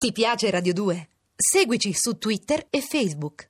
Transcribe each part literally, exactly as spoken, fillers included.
Ti piace Radio due? Seguici su Twitter e Facebook.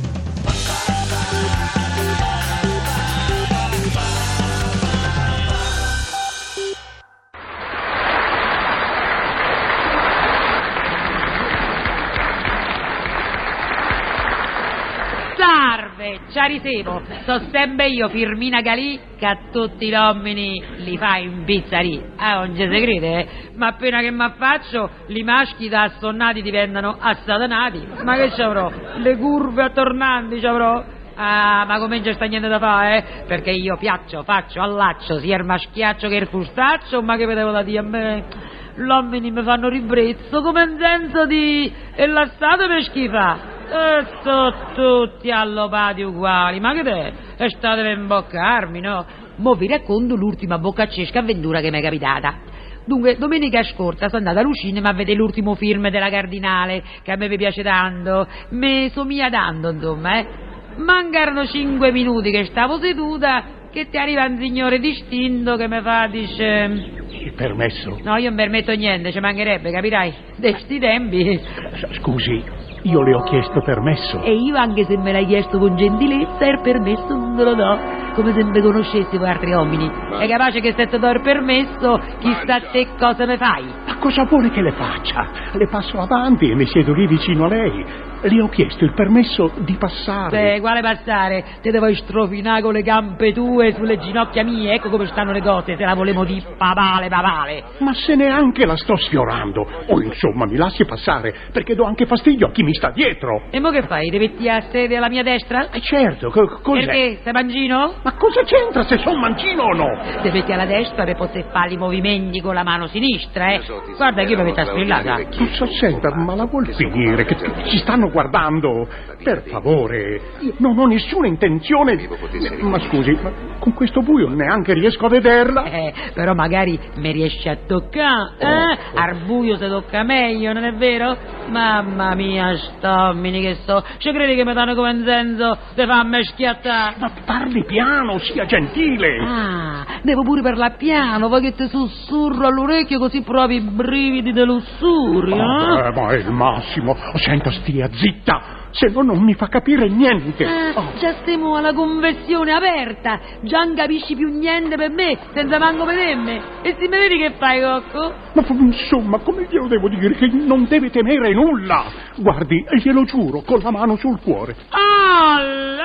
Salve, ci risevo, so sempre io, Firmina Galì, che a tutti gli uomini li fa in pizzarì. Ah, non ci si crede, eh? Ma appena che mi affaccio, i maschi da assonnati diventano assatanati. Ma che ci avrò? Le curve attornanti ci avrò? Ah, ma come c'è sta niente da fare, eh? Perché io piaccio, faccio, allaccio, sia il maschiaccio che il fustaccio, ma che vedevo da dire a me? Gli uomini mi fanno ribrezzo, come in senso di... e la state per schifare? E sono tutti allopati uguali, ma che te? E state per imboccarmi, no? Mo vi racconto l'ultima boccaccesca avventura che mi è capitata. Dunque, domenica scorsa sono andata al cinema a vedere l'ultimo film della Cardinale, che a me mi piace tanto, mi somiglia tanto, insomma, eh. Mancano cinque minuti che stavo seduta, che ti arriva un signore distinto che mi fa, dice... Il permesso? No, io non permetto niente, ci mancherebbe, capirai? De sti tempi... Scusi, io le ho chiesto permesso. E io, anche se me l'hai chiesto con gentilezza, il permesso non te lo do, come se mi conoscessi voi altri uomini. È capace che se ti do il permesso, chissà a te cosa mi fai. Ma cosa vuole che le faccia? Le passo avanti e mi siedo lì vicino a lei. Le ho chiesto il permesso di passare. Beh, quale passare? Te devo strofinare con le gambe tue sulle ginocchia mie, ecco come stanno le cose, se la volevo di papale, papale. Ma se neanche la sto sfiorando. O insomma, mi lasci passare, perché do anche fastidio a chi mi sta dietro. E mo che fai? Devi metti a sedere alla mia destra? Eh certo, co- cos'è? Perché? Sei mangino? Ma cosa c'entra se sono mancino o no? Ti metti alla destra per poter fare i movimenti con la mano sinistra, eh? Guarda che io mi metto a strillata. Non senta, ma la vuol finire? Che ci stanno guardando? Per favore, io non ho nessuna intenzione. Ma scusi, ma con questo buio neanche riesco a vederla. Eh, però magari mi riesci a toccare, eh? Al buio si tocca meglio, non è vero? Mamma mia, stommini che so. Ci credi che mi danno come in senso se fammi schiattare? Ma parli piano, sia gentile. Ah, devo pure parlare piano, poi che ti sussurro all'orecchio così provi i brividi di lussuria. Oh, eh, ma è il massimo. Senta, stia zitta, se no non mi fa capire niente. Ah, oh. Già stiamo alla conversione aperta, già non capisci più niente per me, senza manco vedermi. E se mi vedi che fai, Cocco? Ma insomma, come glielo devo dire che non deve temere nulla? Guardi, glielo giuro, con la mano sul cuore. Ah,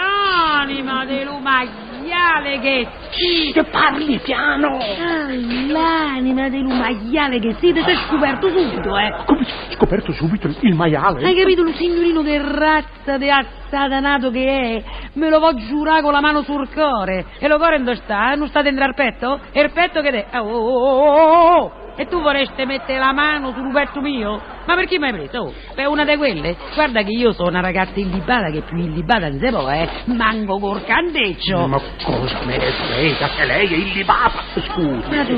l'anima dell'umagliale che sì! Che parli piano! Ah, l'anima dell'umagliale che sì, ti sei scoperto subito, eh! Come scoperto subito il maiale? Hai capito, un signorino che razza di assatanato che è? Me lo voglio giurare con la mano sul cuore. E lo cuore dove sta? Non sta dentro al petto? E il petto che è? Oh, oh, oh, oh, oh. E tu vorresti mettere la mano sul petto mio? Ma perché mi hai preso? Oh, per una di quelle? Guarda che io sono una ragazza illibata, che più illibata non si può, eh? Manco col candeccio. Ma cosa me ne frega se lei è illibata? Scusi. Ma tu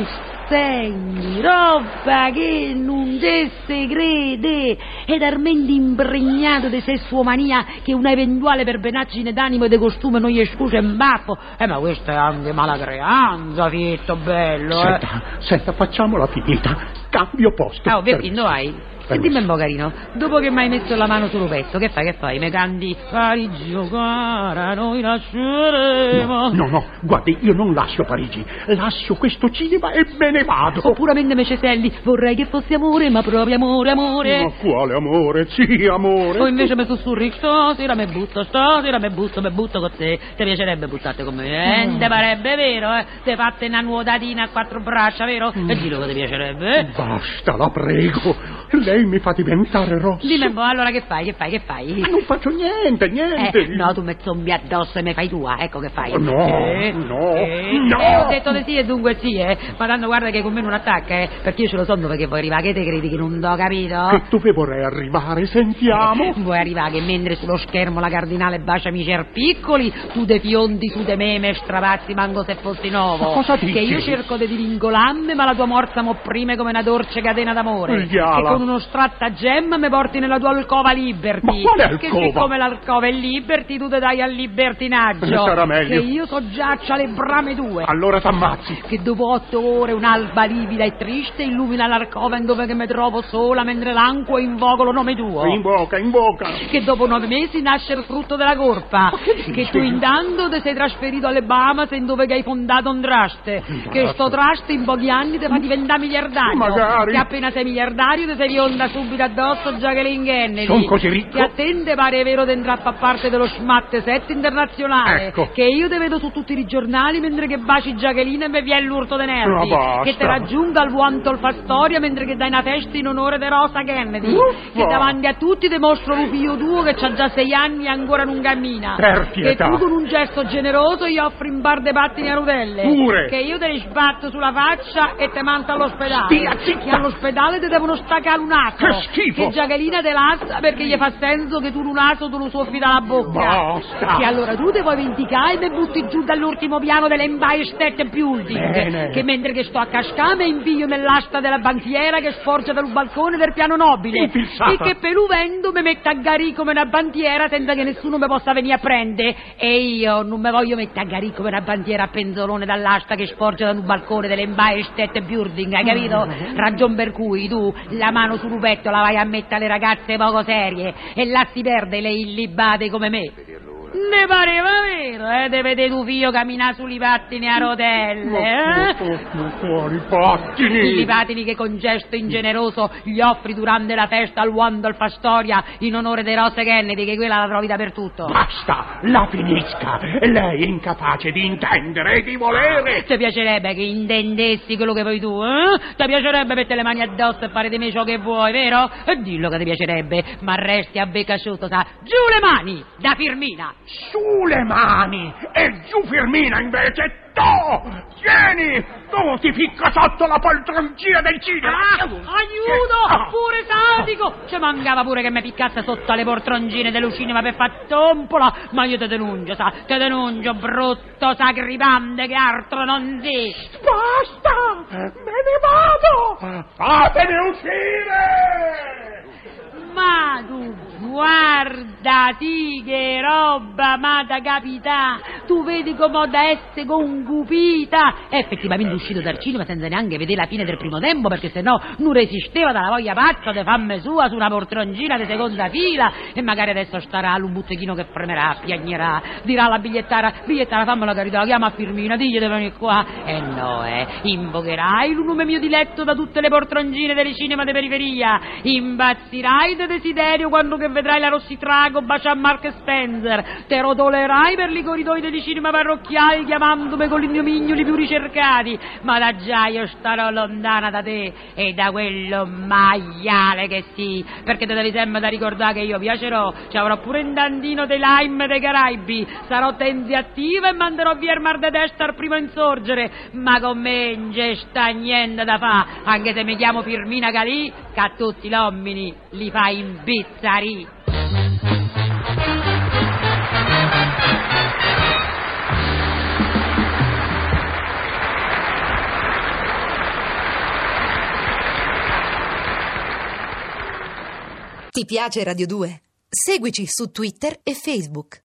senti, roba che non ci si crede, è talmente impregnato di sessuomania che una eventuale perbenaggine d'animo e di costume non gli scusa in baffo. Eh, ma questa è anche mala creanza, fietto bello, eh. Senta, senta, facciamola finita. Cambio posto. Ah, ovvio, no hai? E dimmi un po', carino, dopo che mi hai messo la mano sul petto, che fai, che fai? Mi canti Parigi, oh cara, noi lasceremo. No, no, no, guardi, io non lascio Parigi, lascio questo cinema e me ne vado. O puramente Meceselli, vorrei che fosse amore, ma proprio amore, amore. Ma quale amore? Sì, amore. O invece mi sussurri, stasera mi butto, stasera mi butto, mi butto con te. Ti piacerebbe buttarti con me, eh? Mm. Ti parebbe vero, eh? Ti fatte una nuotatina a quattro braccia, vero? Mm. E dillo che ti piacerebbe, eh? Basta, la prego. Lei mi fa diventare rosso. Dimmi un po', allora che fai, che fai, che fai? Ma non faccio niente, niente. Eh, no, tu mi zombi addosso e mi fai tua, ecco che fai. Oh, no, eh, no, eh, no. Eh, ho detto di sì e dunque sì, eh. Ma tanto guarda che con me non attacca, eh. Perché io ce lo so dove che vuoi arrivare, che te credi che non t'ho capito? Che dove vorrei arrivare, sentiamo. Eh, vuoi arrivare che mentre sullo schermo la Cardinale bacia amici piccoli, tu de fiondi su de meme stravazzi manco se fossi nuovo. Ma cosa dici? Che io cerco di divincolarmi, ma la tua morsa m'opprime come una dolce catena d'amore. Iala. Che con uno stratagem mi porti nella tua alcova Liberty. Ma quale alcova? Che siccome l'alcova è Liberty, tu te dai al libertinaggio. Sarà meglio. Che io so giaccia le brame tue. Allora t'ammazzi. Che dopo otto ore un'alba livida e triste illumina l'alcova in dove che mi trovo sola mentre l'anco invoco lo nome tuo. In bocca, in bocca. Che dopo nove mesi nasce il frutto della colpa. Che, che tu intanto ti sei trasferito alle Bahamas in dove che hai fondato un traste. Che sto traste in pochi anni ti fa diventare miliardario. Magari. Che appena sei miliardario ti sei bionda subito addosso Jacqueline Kennedy. Sono così ricco. Che a te te pare vero di entrare a far parte dello Schmatte set internazionale. Ecco. Che io te vedo su tutti i giornali mentre che baci Jacqueline e mi viene l'urto dei nervi. Ma Che te raggiunga al Wantolfa Storia mentre che dai una festa in onore di Rosa Kennedy. Uffa. Che davanti a tutti ti mostro un figlio tuo che c'ha già sei anni e ancora non cammina. Per Che pietà. tu con un gesto generoso gli offri un bar de pattini a rotelle. Pure. Che io te li sbatto sulla faccia e te mando all'ospedale. Stia zitta. Che all'ospedale ti devono staccare un naso. Che schifo. Che Jacqueline te lassa perché gli fa senso che tu un naso te lo soffi dalla bocca. Basta. Che allora tu ti vuoi vendicare e mi butti giù dall'ultimo piano dell'Empire State Building. Bene. Che mentre che sto a cascame inviglio nell'asta della bandiera che sporge dal balcone del piano nobile. Infilzata. E che per l'uvendo mi mette a garì come una bandiera senza che nessuno mi possa venire a prendere. E io non mi voglio mettere a garì come una bandiera a penzolone dall'asta che sporge da un balcone dell'Empire State Building, hai capito? Ragion per cui tu la mano sul petto la vai a mettere alle ragazze poco serie e là si perde le illibate come me. Ne pareva vero, eh, di vedere tuo figlio camminare sui pattini a rotelle, eh? Fuori pattini. I pattini che con gesto ingeneroso gli offri durante la festa al Waldorf Astoria in onore di Rose Kennedy, che quella la trovi dappertutto. Basta, la finisca. Lei è incapace di intendere e di volere. Ti piacerebbe che intendessi quello che vuoi tu, eh? Ti piacerebbe mettere le mani addosso e fare di me ciò che vuoi, vero? E dillo che ti piacerebbe, ma resti a becca asciutto, sa? Giù le mani, da Firmina! Su le mani e giù Firmina invece. No! Vieni! Tu ti ficca sotto la poltroncina del cinema! Ah, aiuto! Ah. Pure sadico! Ci mancava pure che mi piccasse sotto le poltroncine dello cinema per far tompola, ma io te denuncio, sa? Te denuncio, brutto sacripante che altro non si! Basta! Me ne vado! Fatene uscire! Ma tu guarda, sì, che roba, ma da capità! Tu vedi come ho da essere concupita! È effettivamente uscito dal cinema senza neanche vedere la fine del primo tempo, perché sennò non resisteva dalla voglia pazza di farmi sua su una poltroncina di seconda fila, e magari adesso starà un buttichino che fremerà, piagnerà, dirà alla bigliettara: bigliettara, fammi la carità, chiama a Firmina, digli di venire qua. E no, eh, invocherai il nome mio diletto da tutte le poltroncine del cinema di periferia, impazzirai di desiderio quando che vedrai la Rossitrago baciare Mark Spencer, te rotolerai per i corridoi dei cinema parrocchiali chiamandomi con gli ignomignoli più ricercati, ma da già io starò lontana da te e da quello maiale che sì, perché te devi sempre da ricordare che io piacerò, ci avrò pure un dandino dei Lime dei Caraibi, sarò tenziativa e manderò via il mar de testa al primo insorgere, ma con me non c'è sta niente da fa, anche se mi chiamo Firmina Galì, che a tutti gli uomini li fai imbizzarì. Ti piace Radio due? Seguici su Twitter e Facebook.